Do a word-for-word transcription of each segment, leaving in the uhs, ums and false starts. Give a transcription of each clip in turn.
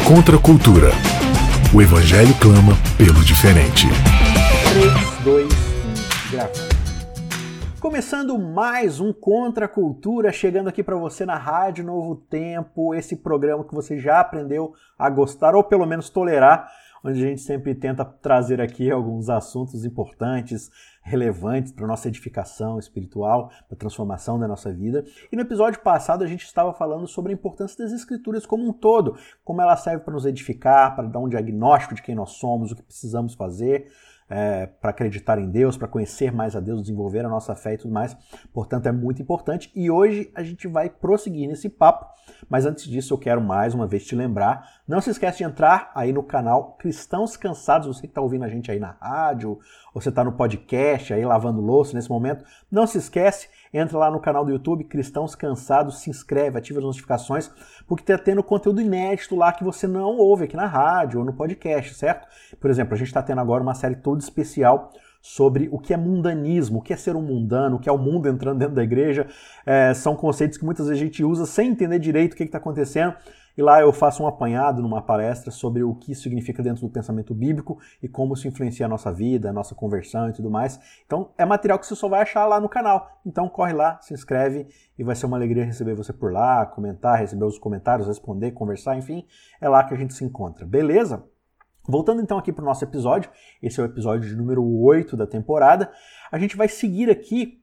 Contra a cultura. O Evangelho clama pelo diferente. três, dois, um, grava. Começando mais um Contra a Cultura, chegando aqui para você na Rádio Novo Tempo, esse programa que você já aprendeu a gostar ou pelo menos tolerar, onde a gente sempre tenta trazer aqui alguns assuntos importantes, relevantes para a nossa edificação espiritual, para a transformação da nossa vida. E no episódio passado a gente estava falando sobre a importância das Escrituras como um todo, como ela serve para nos edificar, para dar um diagnóstico de quem nós somos, o que precisamos fazer, É, para acreditar em Deus, para conhecer mais a Deus, desenvolver a nossa fé e tudo mais. Portanto, é muito importante. E hoje a gente vai prosseguir nesse papo. Mas antes disso, eu quero mais uma vez te lembrar, não se esquece de entrar aí no canal Cristãos Cansados, você que está ouvindo a gente aí na rádio, ou você está no podcast, aí lavando louça nesse momento, não se esquece, entra lá no canal do YouTube, Cristãos Cansados, se inscreve, ativa as notificações, porque está tendo conteúdo inédito lá que você não ouve aqui na rádio ou no podcast, certo? Por exemplo, a gente está tendo agora uma série toda especial sobre o que é mundanismo, o que é ser um mundano, o que é o mundo entrando dentro da igreja. É, são conceitos que muitas vezes a gente usa sem entender direito o que está acontecendo. E lá eu faço um apanhado numa palestra sobre o que isso significa dentro do pensamento bíblico e como isso influencia a nossa vida, a nossa conversão e tudo mais. Então é material que você só vai achar lá no canal. Então corre lá, se inscreve e vai ser uma alegria receber você por lá, comentar, receber os comentários, responder, conversar, enfim. É lá que a gente se encontra, beleza? Voltando então aqui para o nosso episódio, esse é o episódio de número oito da temporada, a gente vai seguir aqui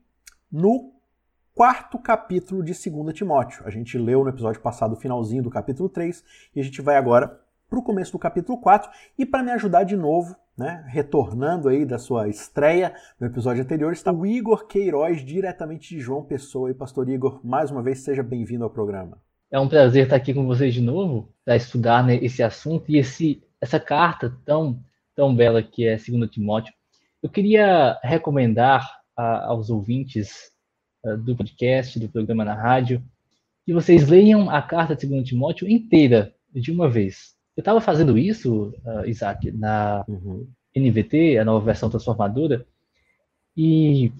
no quarto capítulo de Segunda Timóteo. A gente leu no episódio passado o finalzinho do capítulo três e a gente vai agora para o começo do capítulo quatro. E para me ajudar de novo, né, retornando aí da sua estreia no episódio anterior, está o Igor Queiroz, diretamente de João Pessoa. E pastor Igor, mais uma vez, seja bem-vindo ao programa. É um prazer estar aqui com vocês de novo para estudar, né, esse assunto e esse essa carta tão, tão bela que é Segunda Timóteo. Eu queria recomendar a, aos ouvintes uh, do podcast, do programa na rádio, que vocês leiam a carta de Segunda Timóteo inteira, de uma vez. Eu estava fazendo isso, uh, Isaac, na uhum. N V T, a nova versão transformadora, e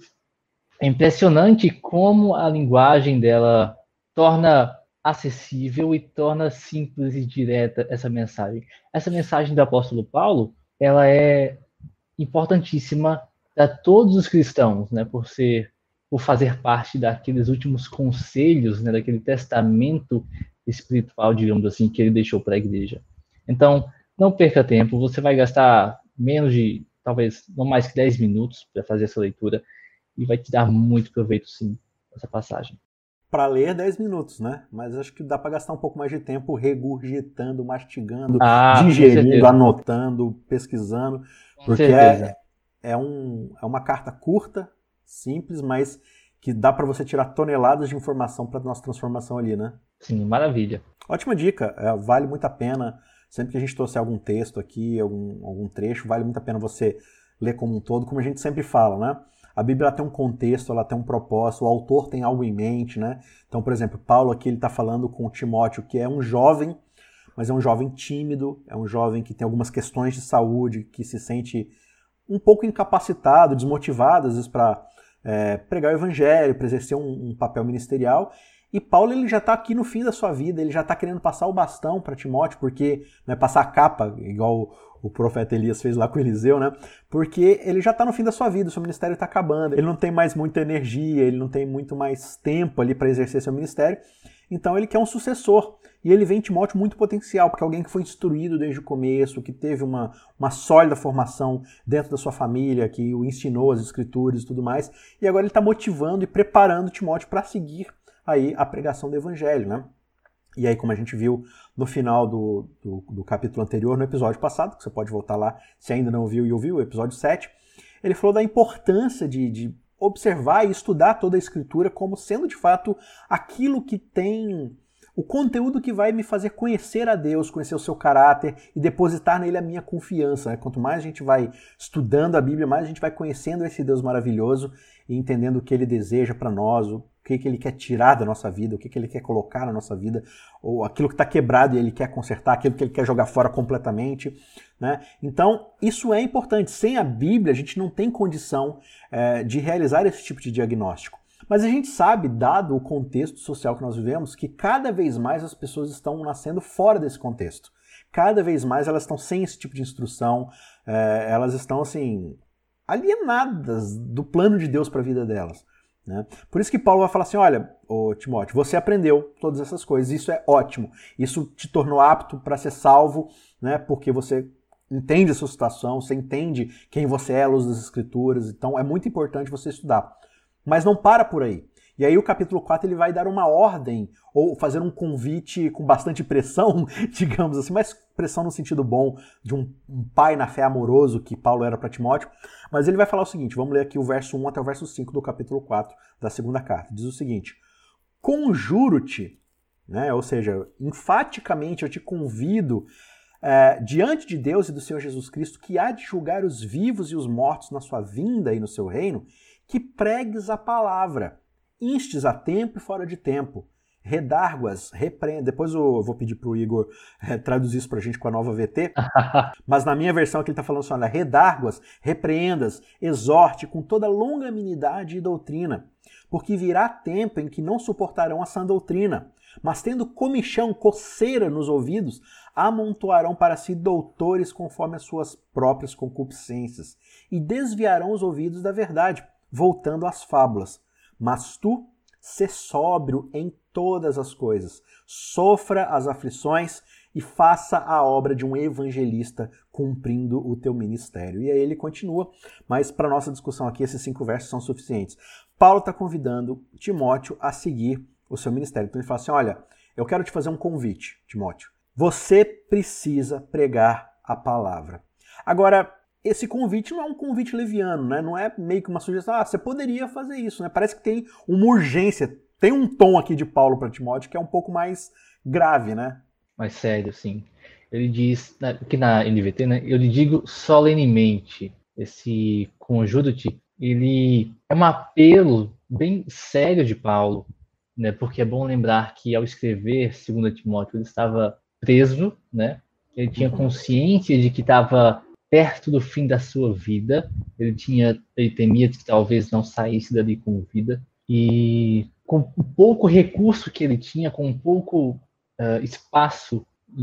é impressionante como a linguagem dela torna acessível e torna simples e direta essa mensagem. Essa mensagem do apóstolo Paulo, ela é importantíssima para todos os cristãos, né, por ser, por fazer parte daqueles últimos conselhos, né, daquele testamento espiritual, digamos assim, que ele deixou para a igreja. Então, não perca tempo, você vai gastar menos de, talvez, não mais que dez minutos para fazer essa leitura e vai te dar muito proveito, sim, essa passagem. Para ler dez minutos, né? Mas acho que dá para gastar um pouco mais de tempo regurgitando, mastigando, ah, digerindo, anotando, pesquisando, porque é, é, um, é uma carta curta, simples, mas que dá para você tirar toneladas de informação para nossa transformação ali, né? Sim, maravilha. Ótima dica, é, vale muito a pena, sempre que a gente trouxer algum texto aqui, algum, algum trecho, vale muito a pena você ler como um todo, como a gente sempre fala, né? A Bíblia ela tem um contexto, ela tem um propósito, o autor tem algo em mente, né? Então, por exemplo, Paulo aqui ele está falando com Timóteo, que é um jovem, mas é um jovem tímido, é um jovem que tem algumas questões de saúde, que se sente um pouco incapacitado, desmotivado, às vezes, para é, pregar o evangelho, para exercer um, um papel ministerial. E Paulo ele já está aqui no fim da sua vida, ele já está querendo passar o bastão para Timóteo, porque não é passar a capa, igual o profeta Elias fez lá com Eliseu, né? Porque ele já está no fim da sua vida, o seu ministério está acabando, ele não tem mais muita energia, ele não tem muito mais tempo ali para exercer seu ministério, então ele quer um sucessor. E ele vê em Timóteo muito potencial, porque é alguém que foi instruído desde o começo, que teve uma, uma sólida formação dentro da sua família, que o ensinou as escrituras e tudo mais, e agora ele está motivando e preparando Timóteo para seguir aí a pregação do evangelho, né? E aí, como a gente viu no final do, do, do capítulo anterior, no episódio passado, que você pode voltar lá se ainda não ouviu e ouviu, o episódio sete, ele falou da importância de, de observar e estudar toda a Escritura como sendo, de fato, aquilo que tem o conteúdo que vai me fazer conhecer a Deus, conhecer o seu caráter e depositar nele a minha confiança, né? Quanto mais a gente vai estudando a Bíblia, mais a gente vai conhecendo esse Deus maravilhoso e entendendo o que ele deseja para nós, o que, que ele quer tirar da nossa vida, o que, que ele quer colocar na nossa vida, ou aquilo que está quebrado e ele quer consertar, aquilo que ele quer jogar fora completamente, né? Então, isso é importante. Sem a Bíblia, a gente não tem condição é, de realizar esse tipo de diagnóstico. Mas a gente sabe, dado o contexto social que nós vivemos, que cada vez mais as pessoas estão nascendo fora desse contexto. Cada vez mais elas estão sem esse tipo de instrução, é, elas estão assim alienadas do plano de Deus para a vida delas. Né? Por isso que Paulo vai falar assim, olha, ô Timóteo, você aprendeu todas essas coisas, isso é ótimo, isso te tornou apto para ser salvo, né? Porque você entende a sua situação, você entende quem você é à luz das Escrituras, então é muito importante você estudar. Mas não para por aí. E aí o capítulo quatro ele vai dar uma ordem, ou fazer um convite com bastante pressão, digamos assim, mas pressão no sentido bom, de um, um pai na fé amoroso que Paulo era para Timóteo. Mas ele vai falar o seguinte, vamos ler aqui o verso um até o verso cinco do capítulo quatro da segunda carta. Diz o seguinte, conjuro-te, né, ou seja, enfaticamente eu te convido, é, diante de Deus e do Senhor Jesus Cristo, que há de julgar os vivos e os mortos na sua vinda e no seu reino, que pregues a palavra, instes a tempo e fora de tempo, redarguas, repreenda. Depois eu vou pedir para o Igor é, traduzir isso para a gente com a nova V T, mas na minha versão aqui ele está falando assim, olha, redarguas, repreendas, exorte com toda longanimidade e doutrina, porque virá tempo em que não suportarão a sã doutrina, mas tendo comichão, coceira nos ouvidos, amontoarão para si doutores conforme as suas próprias concupiscências, e desviarão os ouvidos da verdade, voltando às fábulas. Mas tu, sê sóbrio em todas as coisas, sofra as aflições e faça a obra de um evangelista cumprindo o teu ministério. E aí ele continua, mas para nossa discussão aqui, esses cinco versos são suficientes. Paulo está convidando Timóteo a seguir o seu ministério. Então ele fala assim, olha, eu quero te fazer um convite, Timóteo. Você precisa pregar a palavra. Agora, esse convite não é um convite leviano, né? Não é meio que uma sugestão, ah, você poderia fazer isso, né? Parece que tem uma urgência, tem um tom aqui de Paulo para Timóteo que é um pouco mais grave, né? Mais sério, sim. Ele diz, aqui na N V T, né? Eu lhe digo solenemente, esse conjuro-te, ele é um apelo bem sério de Paulo, né? Porque é bom lembrar que ao escrever segundo Timóteo, ele estava preso, né? Ele tinha consciência de que estava perto do fim da sua vida, ele tinha, ele temia que talvez não saísse dali com vida, e com o pouco recurso que ele tinha, com pouco uh, espaço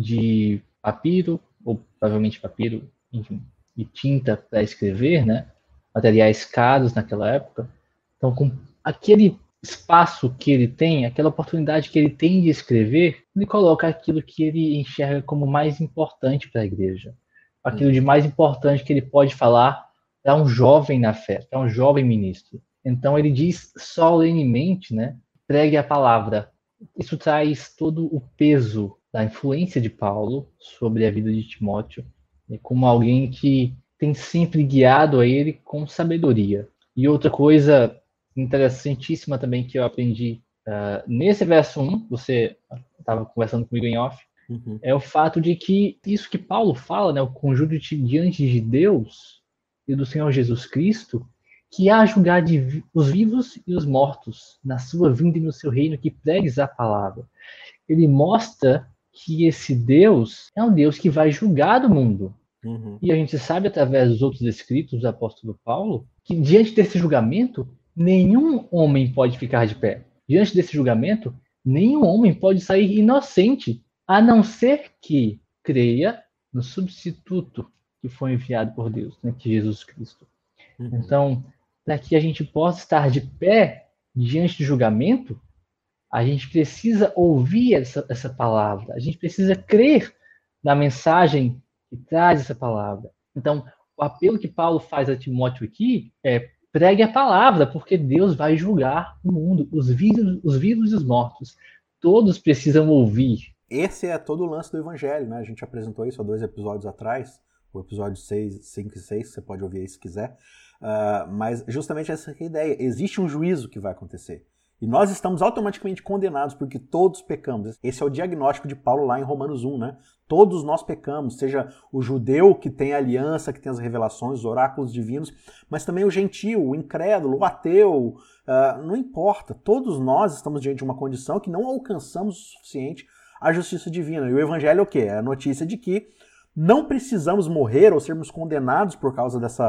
de papiro, ou provavelmente papiro, enfim, e tinta para escrever, né, materiais caros naquela época, então com aquele espaço que ele tem, aquela oportunidade que ele tem de escrever, ele coloca aquilo que ele enxerga como mais importante para a igreja, aquilo de mais importante que ele pode falar para um jovem na fé, para um jovem ministro. Então ele diz solenemente, né, pregue a palavra. Isso traz todo o peso da influência de Paulo sobre a vida de Timóteo, né, como alguém que tem sempre guiado a ele com sabedoria. E outra coisa interessantíssima também que eu aprendi uh, nesse verso um, você estava conversando comigo em off, Uhum. é o fato de que isso que Paulo fala, né, o conjuro-te diante de Deus e do Senhor Jesus Cristo, que há a julgar de, os vivos e os mortos na sua vinda e no seu reino, que pregues a palavra. Ele mostra que esse Deus é um Deus que vai julgar o mundo. Uhum. E a gente sabe, através dos outros escritos do apóstolo Paulo, que diante desse julgamento, nenhum homem pode ficar de pé. Diante desse julgamento, nenhum homem pode sair inocente, a não ser que creia no substituto que foi enviado por Deus, né, que é Jesus Cristo. Uhum. Então, para que a gente possa estar de pé diante do julgamento, a gente precisa ouvir essa, essa palavra, a gente precisa crer na mensagem que traz essa palavra. Então, o apelo que Paulo faz a Timóteo aqui é: pregue a palavra, porque Deus vai julgar o mundo, os vivos, os vivos e os mortos. Todos precisam ouvir. Esse é todo o lance do Evangelho, né? A gente apresentou isso há dois episódios atrás, o episódio seis, cinco e seis, você pode ouvir aí se quiser. Uh, mas justamente essa é a ideia. Existe um juízo que vai acontecer. E nós estamos automaticamente condenados porque todos pecamos. Esse é o diagnóstico de Paulo lá em Romanos um, né? Todos nós pecamos, seja o judeu que tem a aliança, que tem as revelações, os oráculos divinos, mas também o gentio, o incrédulo, o ateu, uh, não importa. Todos nós estamos diante de uma condição que não alcançamos o suficiente a justiça divina. E o evangelho é o quê? É a notícia de que não precisamos morrer ou sermos condenados por causa dessa,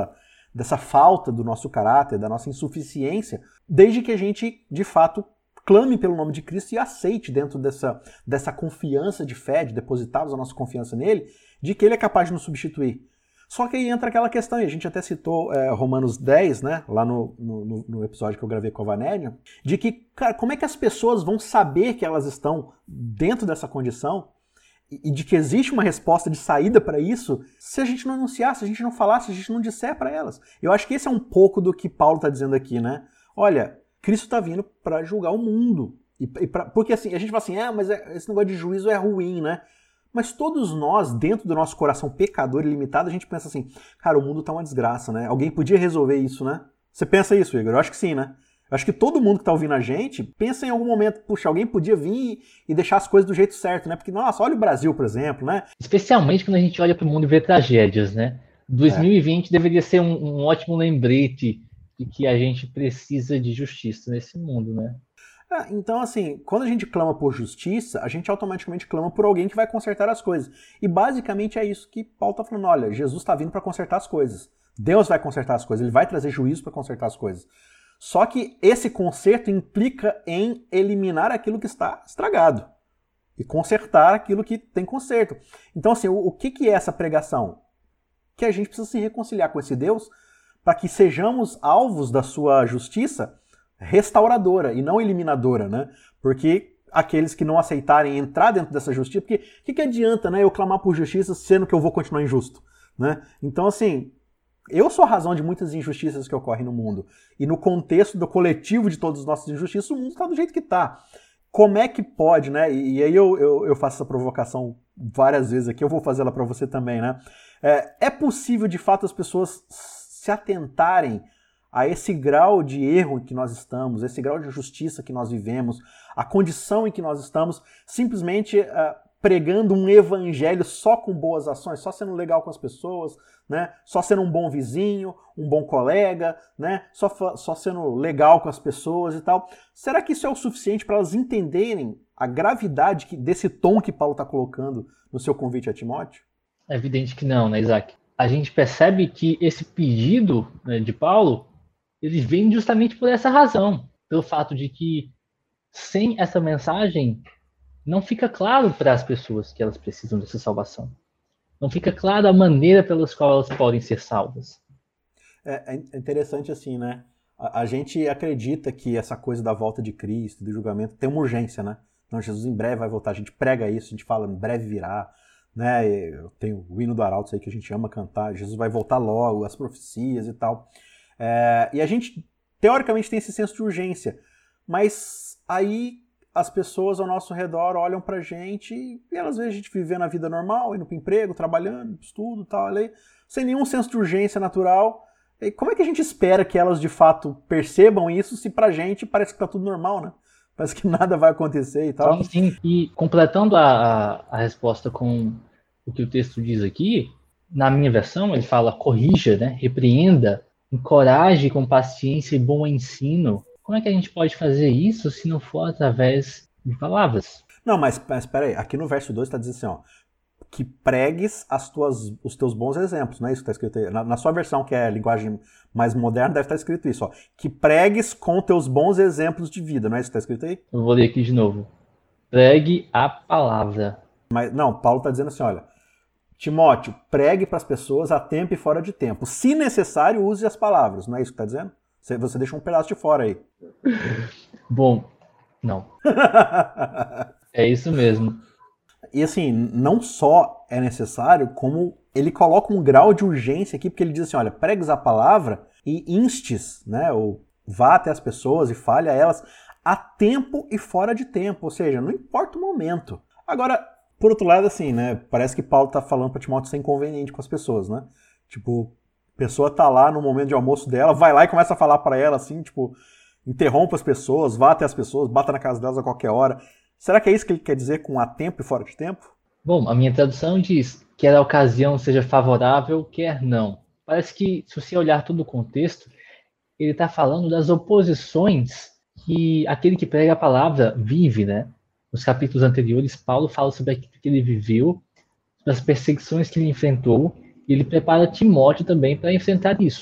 dessa falta do nosso caráter, da nossa insuficiência, desde que a gente, de fato, clame pelo nome de Cristo e aceite dentro dessa, dessa confiança de fé, de depositarmos a nossa confiança nele, de que ele é capaz de nos substituir. Só que aí entra aquela questão, e a gente até citou é, Romanos dez, né, lá no, no, no episódio que eu gravei com a Vanédia, de que, cara, como é que as pessoas vão saber que elas estão dentro dessa condição e, e de que existe uma resposta de saída para isso se a gente não anunciar, se a gente não falar, se a gente não disser para elas. Eu acho que esse é um pouco do que Paulo está dizendo aqui, né? Olha, Cristo está vindo para julgar o mundo. E, e pra, porque assim, a gente fala assim, ah, mas é, esse negócio de juízo é ruim, né? Mas todos nós, dentro do nosso coração pecador e limitado, a gente pensa assim, cara, o mundo tá uma desgraça, né? Alguém podia resolver isso, né? Você pensa isso, Igor? Eu acho que sim, né? Eu acho que todo mundo que tá ouvindo a gente pensa em algum momento, puxa, alguém podia vir e deixar as coisas do jeito certo, né? Porque, nossa, olha o Brasil, por exemplo, né? Especialmente quando a gente olha para o mundo e vê tragédias, né? dois mil e vinte é. deveria ser um, um ótimo lembrete de que a gente precisa de justiça nesse mundo, né? É, então, assim, quando a gente clama por justiça, a gente automaticamente clama por alguém que vai consertar as coisas. E basicamente é isso que Paulo está falando. Olha, Jesus está vindo para consertar as coisas. Deus vai consertar as coisas, ele vai trazer juízo para consertar as coisas. Só que esse conserto implica em eliminar aquilo que está estragado e consertar aquilo que tem conserto. Então, assim, o, o que, que é essa pregação? Que a gente precisa se reconciliar com esse Deus para que sejamos alvos da sua justiça restauradora e não eliminadora, né? Porque aqueles que não aceitarem entrar dentro dessa justiça, porque o que, que adianta, né, eu clamar por justiça sendo que eu vou continuar injusto, né? Então, assim, eu sou a razão de muitas injustiças que ocorrem no mundo. E no contexto do coletivo de todas as nossas injustiças, o mundo está do jeito que está. Como é que pode, né? E, e aí eu, eu, eu faço essa provocação várias vezes aqui, eu vou fazê-la para você também, né? É, é possível, de fato, as pessoas se atentarem a esse grau de erro em que nós estamos, esse grau de injustiça que nós vivemos, a condição em que nós estamos, simplesmente uh, pregando um evangelho só com boas ações, só sendo legal com as pessoas, né? Só sendo um bom vizinho, um bom colega, né? Só, só sendo legal com as pessoas e tal. Será que isso é o suficiente para elas entenderem a gravidade que, desse tom que Paulo está colocando no seu convite a Timóteo? É evidente que não, né, Isaac? A gente percebe que esse pedido, né, de Paulo, ele vem justamente por essa razão, pelo fato de que sem essa mensagem não fica claro para as pessoas que elas precisam dessa salvação. Não fica claro a maneira pelas qual elas podem ser salvas. É, é interessante assim, né? A, a gente acredita que essa coisa da volta de Cristo, do julgamento, tem uma urgência, né? Não, Jesus em breve vai voltar. A gente prega isso, a gente fala, em breve virá. Né? Eu tenho o hino do Arautos aí que a gente ama cantar. Jesus vai voltar logo, as profecias e tal. É, e a gente, teoricamente, tem esse senso de urgência. Mas aí as pessoas ao nosso redor olham pra gente e elas veem a gente vivendo a vida normal, indo pro emprego, trabalhando, estudo e tal, ali, sem nenhum senso de urgência natural. E como é que a gente espera que elas, de fato, percebam isso se pra gente parece que tá tudo normal, né? Parece que nada vai acontecer e tal. Sim, sim. E completando a, a, a resposta com o que o texto diz aqui, na minha versão ele fala corrija, né? Repreenda, encoraje com paciência e bom ensino. Como é que a gente pode fazer isso se não for através de palavras? Não, mas, mas peraí, aqui no verso dois está dizendo assim, ó, que pregues as tuas, os teus bons exemplos, não é isso que está escrito aí? Na, na sua versão, que é a linguagem mais moderna, deve estar escrito isso, ó, que pregues com teus bons exemplos de vida, não é isso que está escrito aí? Eu vou ler aqui de novo. Pregue a palavra. Mas não, Paulo está dizendo assim, olha, Timóteo, pregue para as pessoas a tempo e fora de tempo. Se necessário, use as palavras, não é isso que está dizendo? Você, você deixa um pedaço de fora aí. Bom, não. É isso mesmo. E assim, não só é necessário, como ele coloca um grau de urgência aqui, porque ele diz assim, olha, pregues a palavra e instes, né, ou vá até as pessoas e fale a elas a tempo e fora de tempo, ou seja, não importa o momento. Agora, por outro lado, assim, né, parece que Paulo tá falando para Timóteo ser inconveniente com as pessoas, né? Tipo, a pessoa tá lá no momento de almoço dela, vai lá e começa a falar para ela, assim, tipo, interrompa as pessoas, vá até as pessoas, bata na casa delas a qualquer hora. Será que é isso que ele quer dizer com a tempo e fora de tempo? Bom, a minha tradução diz, quer a ocasião seja favorável, quer não. Parece que, se você olhar todo o contexto, ele está falando das oposições que aquele que prega a palavra vive, né? Nos capítulos anteriores, Paulo fala sobre aquilo que ele viveu, sobre as perseguições que ele enfrentou, e ele prepara Timóteo também para enfrentar isso.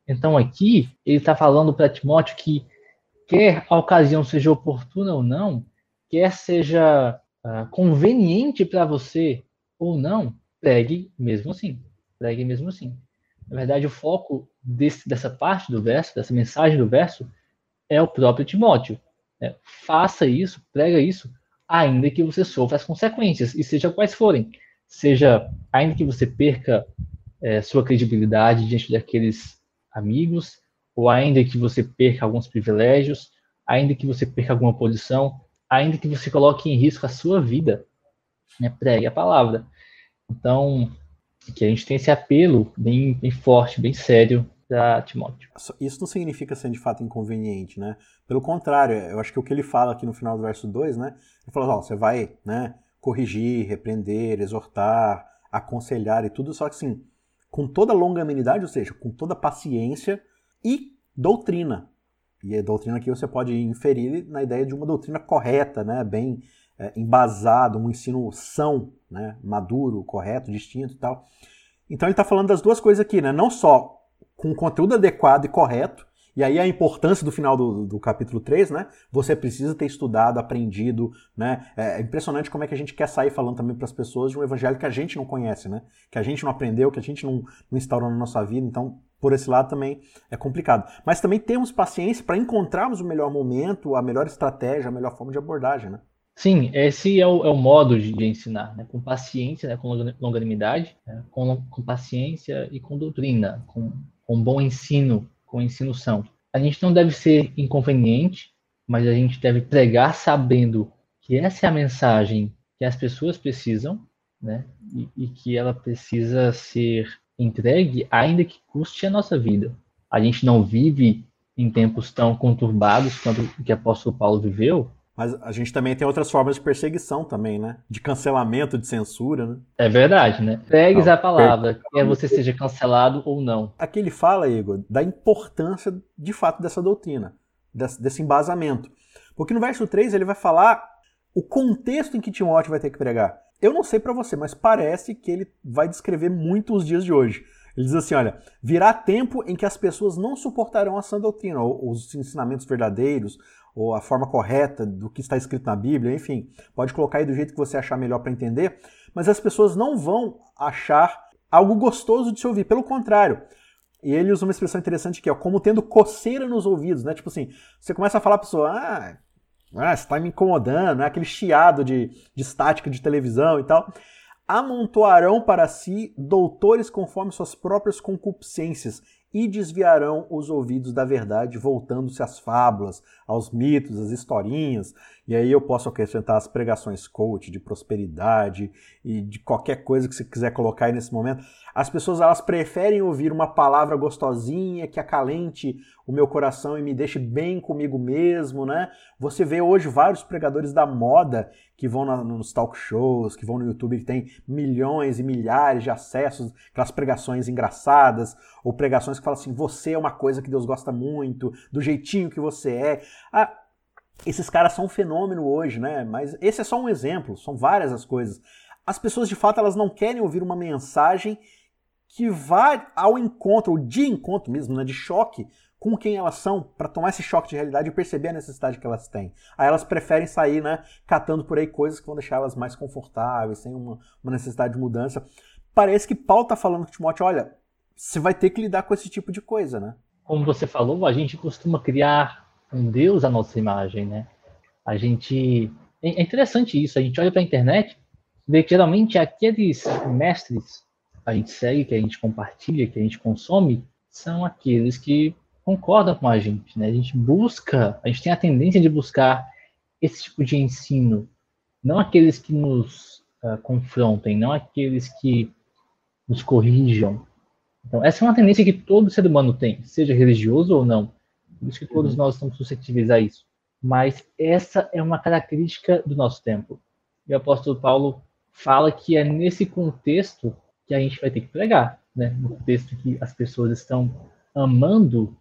Então aqui ele está falando para Timóteo que quer a ocasião seja oportuna ou não, quer seja uh, conveniente para você ou não, pregue mesmo assim. Pregue mesmo assim. Na verdade, o foco desse, dessa parte do verso, dessa mensagem do verso, é o próprio Timóteo. Né? Faça isso, prega isso, ainda que você sofra as consequências, e seja quais forem. Seja, ainda que você perca é, sua credibilidade diante daqueles amigos, ou ainda que você perca alguns privilégios, ainda que você perca alguma posição, ainda que você coloque em risco a sua vida, né? Pregue a palavra. Então, que a gente tem esse apelo bem, bem forte, bem sério para Timóteo. Isso não significa ser de fato inconveniente, né? Pelo contrário, eu acho que o que ele fala aqui no final do verso dois, né? Ele fala, ó, você vai, né, corrigir, repreender, exortar, aconselhar e tudo, só que assim, com toda longanimidade, ou seja, com toda paciência e doutrina. E a doutrina aqui você pode inferir na ideia de uma doutrina correta, né? Bem é, embasado, um ensino são, né? Maduro, correto, distinto e tal. Então ele está falando das duas coisas aqui, né? Não só com conteúdo adequado e correto, e aí a importância do final do, do capítulo três, né? Você precisa ter estudado, aprendido, né? É impressionante como é que a gente quer sair falando também para as pessoas de um evangelho que a gente não conhece, né? Que a gente não aprendeu, que a gente não, não instaurou na nossa vida, então por esse lado também é complicado. Mas também temos paciência para encontrarmos o melhor momento, a melhor estratégia, a melhor forma de abordagem, né? Sim, esse é o, é o modo de, de ensinar, né? Com paciência, né? Com longanimidade, né? com, com paciência e com doutrina, com, com bom ensino, com ensino são. A gente não deve ser inconveniente, mas a gente deve pregar sabendo que essa é a mensagem que as pessoas precisam, né? E, e que ela precisa ser entregue, ainda que custe a nossa vida. A gente não vive em tempos tão conturbados quanto o que o apóstolo Paulo viveu. Mas a gente também tem outras formas de perseguição também, né? De cancelamento, de censura, né? É verdade, né? Pregues a palavra, quer você seja cancelado ou não. Aqui ele fala, Igor, da importância, de fato, dessa doutrina, desse, desse embasamento. Porque no verso três ele vai falar o contexto em que Timóteo vai ter que pregar. Eu não sei pra você, mas parece que ele vai descrever muito os dias de hoje. Ele diz assim, olha, virá tempo em que as pessoas não suportarão a sã doutrina, ou os ensinamentos verdadeiros, ou a forma correta do que está escrito na Bíblia, enfim, pode colocar aí do jeito que você achar melhor para entender, mas as pessoas não vão achar algo gostoso de se ouvir, pelo contrário. E ele usa uma expressão interessante aqui, ó, como tendo coceira nos ouvidos, né? Tipo assim, você começa a falar pra pessoa, ah, ah você está me incomodando, né? Aquele chiado de, de estática de televisão e tal. Amontoarão para si doutores conforme suas próprias concupiscências e desviarão os ouvidos da verdade, voltando-se às fábulas, aos mitos, às historinhas. E aí eu posso acrescentar as pregações coach, de prosperidade e de qualquer coisa que você quiser colocar aí nesse momento. As pessoas, elas preferem ouvir uma palavra gostosinha que acalente o meu coração e me deixe bem comigo mesmo, né? Você vê hoje vários pregadores da moda que vão na, nos talk shows, que vão no YouTube, que tem milhões e milhares de acessos, aquelas pregações engraçadas, ou pregações que falam assim, você é uma coisa que Deus gosta muito, do jeitinho que você é. Ah, esses caras são um fenômeno hoje, né? Mas esse é só um exemplo, são várias as coisas. As pessoas, de fato, elas não querem ouvir uma mensagem que vá ao encontro, ou de encontro mesmo, né? De choque com quem elas são, para tomar esse choque de realidade e perceber a necessidade que elas têm. Aí elas preferem sair, né, catando por aí coisas que vão deixar elas mais confortáveis, sem uma, uma necessidade de mudança. Parece que Paulo está falando com Timóteo, olha, você vai ter que lidar com esse tipo de coisa, né? Como você falou, a gente costuma criar um Deus à nossa imagem, né? A gente... É interessante isso, a gente olha para a internet, vê que geralmente aqueles mestres que a gente segue, que a gente compartilha, que a gente consome, são aqueles que concordam com a gente, né? A gente busca, a gente tem a tendência de buscar esse tipo de ensino, não aqueles que nos uh, confrontem, não aqueles que nos corrijam. Então, essa é uma tendência que todo ser humano tem, seja religioso ou não. Por isso que todos nós estamos suscetíveis a isso. Mas essa é uma característica do nosso tempo. E o apóstolo Paulo fala que é nesse contexto que a gente vai ter que pregar, né? No contexto que as pessoas estão amando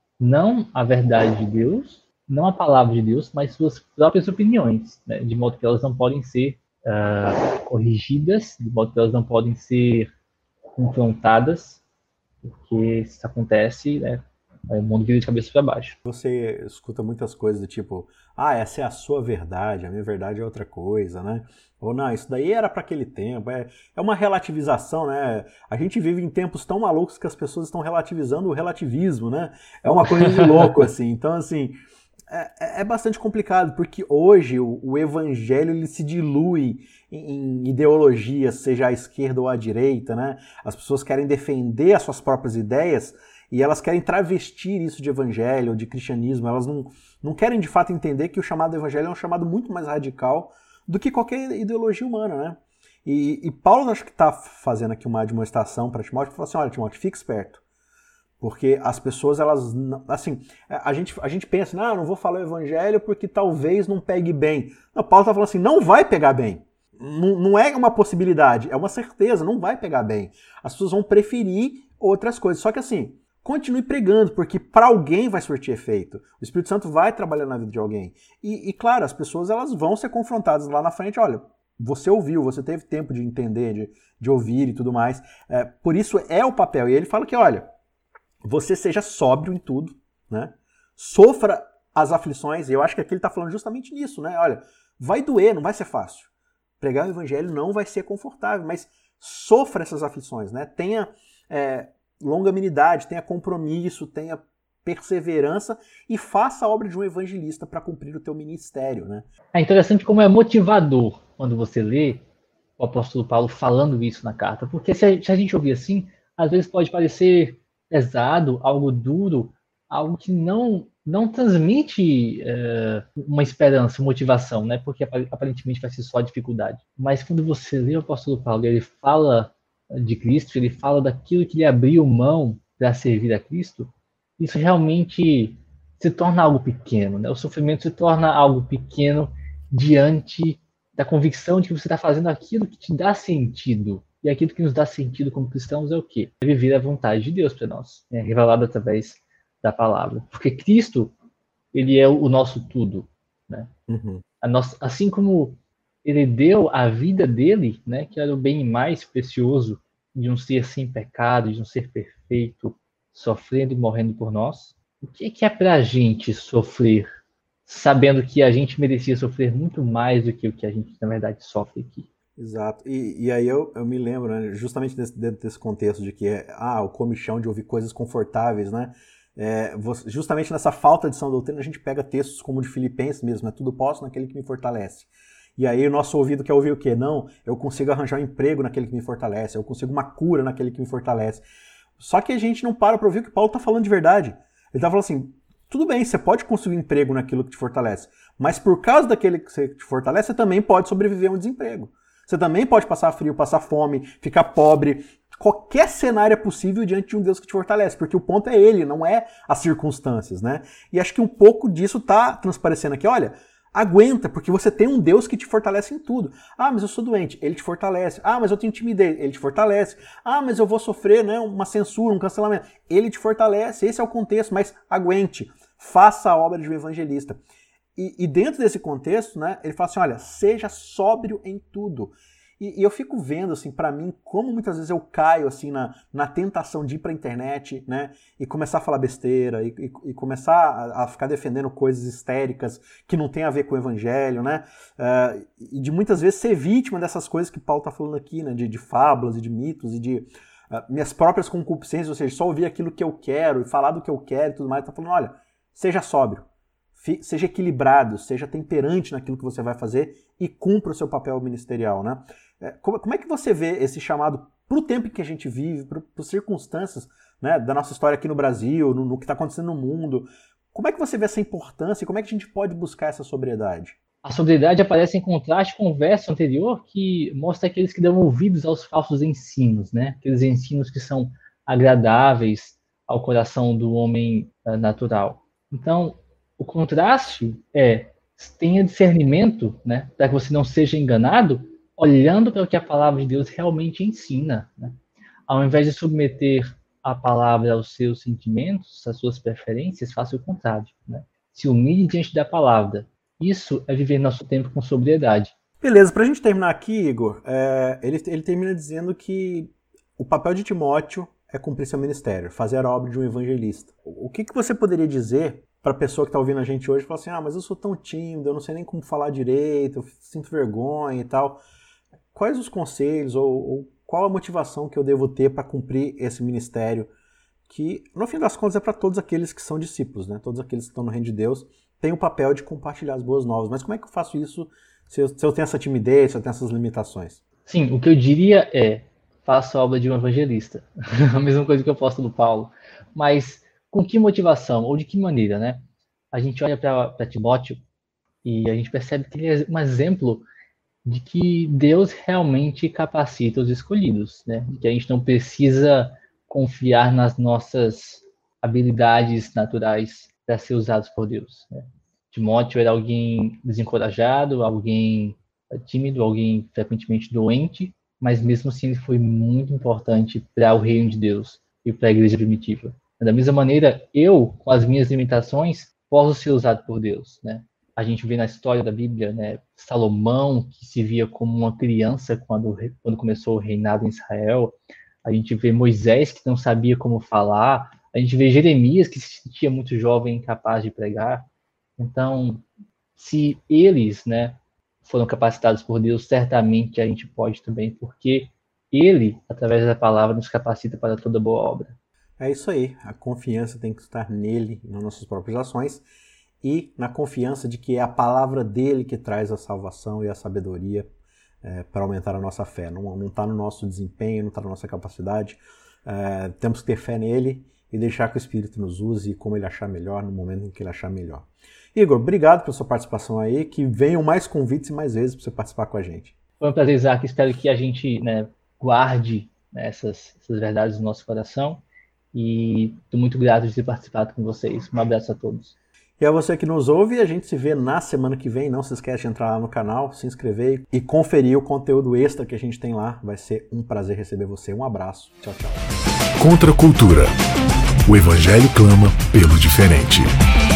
não a verdade de Deus, não a palavra de Deus, mas suas próprias opiniões, né? De modo que elas não podem ser uh, corrigidas, de modo que elas não podem ser confrontadas, porque se isso acontece, né, o mundo vira de cabeça para baixo. Você escuta muitas coisas do tipo, ah, essa é a sua verdade, a minha verdade é outra coisa, né? Ou não, isso daí era para aquele tempo. É, é uma relativização, né? A gente vive em tempos tão malucos que as pessoas estão relativizando o relativismo, né? É uma coisa de louco, assim. Então, assim, é, é bastante complicado, porque hoje o, o evangelho ele se dilui em, em ideologias, seja à esquerda ou à direita, né? As pessoas querem defender as suas próprias ideias e elas querem travestir isso de evangelho ou de cristianismo. Elas não, não querem de fato entender que o chamado evangelho é um chamado muito mais radical do que qualquer ideologia humana, né? E, e Paulo acho que está fazendo aqui uma demonstração para Timóteo, que fala assim, olha Timóteo, fique esperto. Porque as pessoas, elas, assim, a gente, a gente pensa, não, não vou falar o evangelho porque talvez não pegue bem. Não, Paulo está falando assim, não vai pegar bem. Não, não é uma possibilidade, é uma certeza, não vai pegar bem. As pessoas vão preferir outras coisas. Só que assim, continue pregando, porque para alguém vai surtir efeito. O Espírito Santo vai trabalhar na vida de alguém. E, e claro, as pessoas elas vão ser confrontadas lá na frente, olha, você ouviu, você teve tempo de entender, de, de ouvir e tudo mais. É, por isso é o papel. E ele fala que, olha, você seja sóbrio em tudo, né? Sofra as aflições, e eu acho que aqui ele está falando justamente nisso, né? Olha, vai doer, não vai ser fácil. Pregar o evangelho não vai ser confortável, mas sofra essas aflições, né? Tenha é, longanimidade, tenha compromisso, tenha perseverança e faça a obra de um evangelista para cumprir o teu ministério, né? É interessante como é motivador quando você lê o apóstolo Paulo falando isso na carta, porque se a, se a gente ouvir assim, às vezes pode parecer pesado, algo duro, algo que não não transmite uh, uma esperança, motivação, né? Porque aparentemente vai ser só dificuldade. Mas quando você lê o apóstolo Paulo, ele fala de Cristo, ele fala daquilo que ele abriu mão para servir a Cristo, isso realmente se torna algo pequeno, né? O sofrimento se torna algo pequeno diante da convicção de que você está fazendo aquilo que te dá sentido. E aquilo que nos dá sentido como cristãos é o quê? É viver a vontade de Deus para nós, né? Revelado através da palavra. Porque Cristo, ele é o nosso tudo, né? Uhum. A nossa, assim como ele deu a vida dele, né, que era o bem mais precioso de um ser sem pecado, de um ser perfeito, sofrendo e morrendo por nós, o que é para a gente sofrer, sabendo que a gente merecia sofrer muito mais do que o que a gente, na verdade, sofre aqui? Exato. E, e aí eu, eu me lembro, né, justamente desse, dentro desse contexto de que é ah, o comichão de ouvir coisas confortáveis, né? É, justamente nessa falta de sã doutrina a gente pega textos como o de Filipenses mesmo, né? Tudo posso naquele que me fortalece. E aí o nosso ouvido quer ouvir o quê? Não, eu consigo arranjar um emprego naquele que me fortalece, eu consigo uma cura naquele que me fortalece. Só que a gente não para para ouvir o que Paulo está falando de verdade. Ele está falando assim, tudo bem, você pode conseguir um emprego naquilo que te fortalece, mas por causa daquele que te fortalece, você também pode sobreviver a um desemprego. Você também pode passar frio, passar fome, ficar pobre. Qualquer cenário é possível diante de um Deus que te fortalece, porque o ponto é ele, não é as circunstâncias, né? E acho que um pouco disso está transparecendo aqui. Olha, aguenta, porque você tem um Deus que te fortalece em tudo. Ah, mas eu sou doente, ele te fortalece. Ah, mas eu tenho timidez, ele te fortalece. Ah, mas eu vou sofrer, né, uma censura, um cancelamento. Ele te fortalece, esse é o contexto, mas aguente, faça a obra de um evangelista. E, e dentro desse contexto, né, ele fala assim, olha, seja sóbrio em tudo. E, e eu fico vendo, assim, para mim, como muitas vezes eu caio, assim, na, na tentação de ir pra internet, né, e começar a falar besteira, e, e, e começar a, a ficar defendendo coisas histéricas que não tem a ver com o evangelho, né, uh, e de muitas vezes ser vítima dessas coisas que Paulo tá falando aqui, né, de, de fábulas e de mitos e de uh, minhas próprias concupiscências, ou seja, só ouvir aquilo que eu quero e falar do que eu quero e tudo mais. Tá falando, olha, seja sóbrio. Seja equilibrado, seja temperante naquilo que você vai fazer e cumpra o seu papel ministerial, né? Como é que você vê esse chamado para o tempo em que a gente vive, para as circunstâncias, né, da nossa história aqui no Brasil, no, no que está acontecendo no mundo? Como é que você vê essa importância e como é que a gente pode buscar essa sobriedade? A sobriedade aparece em contraste com o verso anterior, que mostra aqueles que dão ouvidos aos falsos ensinos, né? Aqueles ensinos que são agradáveis ao coração do homem uh, natural. Então, o contraste é, tenha discernimento, né, para que você não seja enganado, olhando para o que a palavra de Deus realmente ensina, né? Ao invés de submeter a palavra aos seus sentimentos, às suas preferências, faça o contrário, né? Se humilhe diante da palavra. Isso é viver nosso tempo com sobriedade. Beleza, para a gente terminar aqui, Igor, é, ele, ele termina dizendo que o papel de Timóteo é cumprir seu ministério, fazer a obra de um evangelista. O que, que você poderia dizer para a pessoa que está ouvindo a gente hoje e fala assim, ah, mas eu sou tão tímido, eu não sei nem como falar direito, eu sinto vergonha e tal. Quais os conselhos ou, ou qual a motivação que eu devo ter para cumprir esse ministério que, no fim das contas, é para todos aqueles que são discípulos, né? Todos aqueles que estão no reino de Deus têm o papel de compartilhar as boas novas. Mas como é que eu faço isso se eu, se eu tenho essa timidez, se eu tenho essas limitações? Sim, o que eu diria é, faça a obra de um evangelista. A mesma coisa que o apóstolo Paulo. Mas com que motivação ou de que maneira, né? A gente olha para Timóteo e a gente percebe que ele é um exemplo de que Deus realmente capacita os escolhidos, né? De que a gente não precisa confiar nas nossas habilidades naturais para ser usados por Deus, né? Timóteo era alguém desencorajado, alguém tímido, alguém frequentemente doente, mas mesmo assim ele foi muito importante para o reino de Deus e para a igreja primitiva. Da mesma maneira, eu, com as minhas limitações, posso ser usado por Deus, né? A gente vê na história da Bíblia, né, Salomão, que se via como uma criança quando, quando começou o reinado em Israel. A gente vê Moisés, que não sabia como falar. A gente vê Jeremias, que se sentia muito jovem e incapaz de pregar. Então, se eles, né, foram capacitados por Deus, certamente a gente pode também, porque Ele, através da palavra, nos capacita para toda boa obra. É isso aí, a confiança tem que estar nele, nas nossas próprias ações, e na confiança de que é a palavra dele que traz a salvação e a sabedoria é, para aumentar a nossa fé. Não está no nosso desempenho, não está na nossa capacidade. É, temos que ter fé nele e deixar que o Espírito nos use como ele achar melhor, no momento em que ele achar melhor. Igor, obrigado pela sua participação aí, que venham mais convites e mais vezes para você participar com a gente. Foi um prazer, Isaac. Espero que a gente, né, guarde, né, essas, essas verdades no nosso coração. E estou muito grato de ter participado com vocês. Um abraço a todos. E a você que nos ouve, a gente se vê na semana que vem. Não se esquece de entrar lá no canal, se inscrever e conferir o conteúdo extra que a gente tem lá. Vai ser um prazer receber você. Um abraço. Tchau, tchau. Contra a cultura. O Evangelho clama pelo diferente.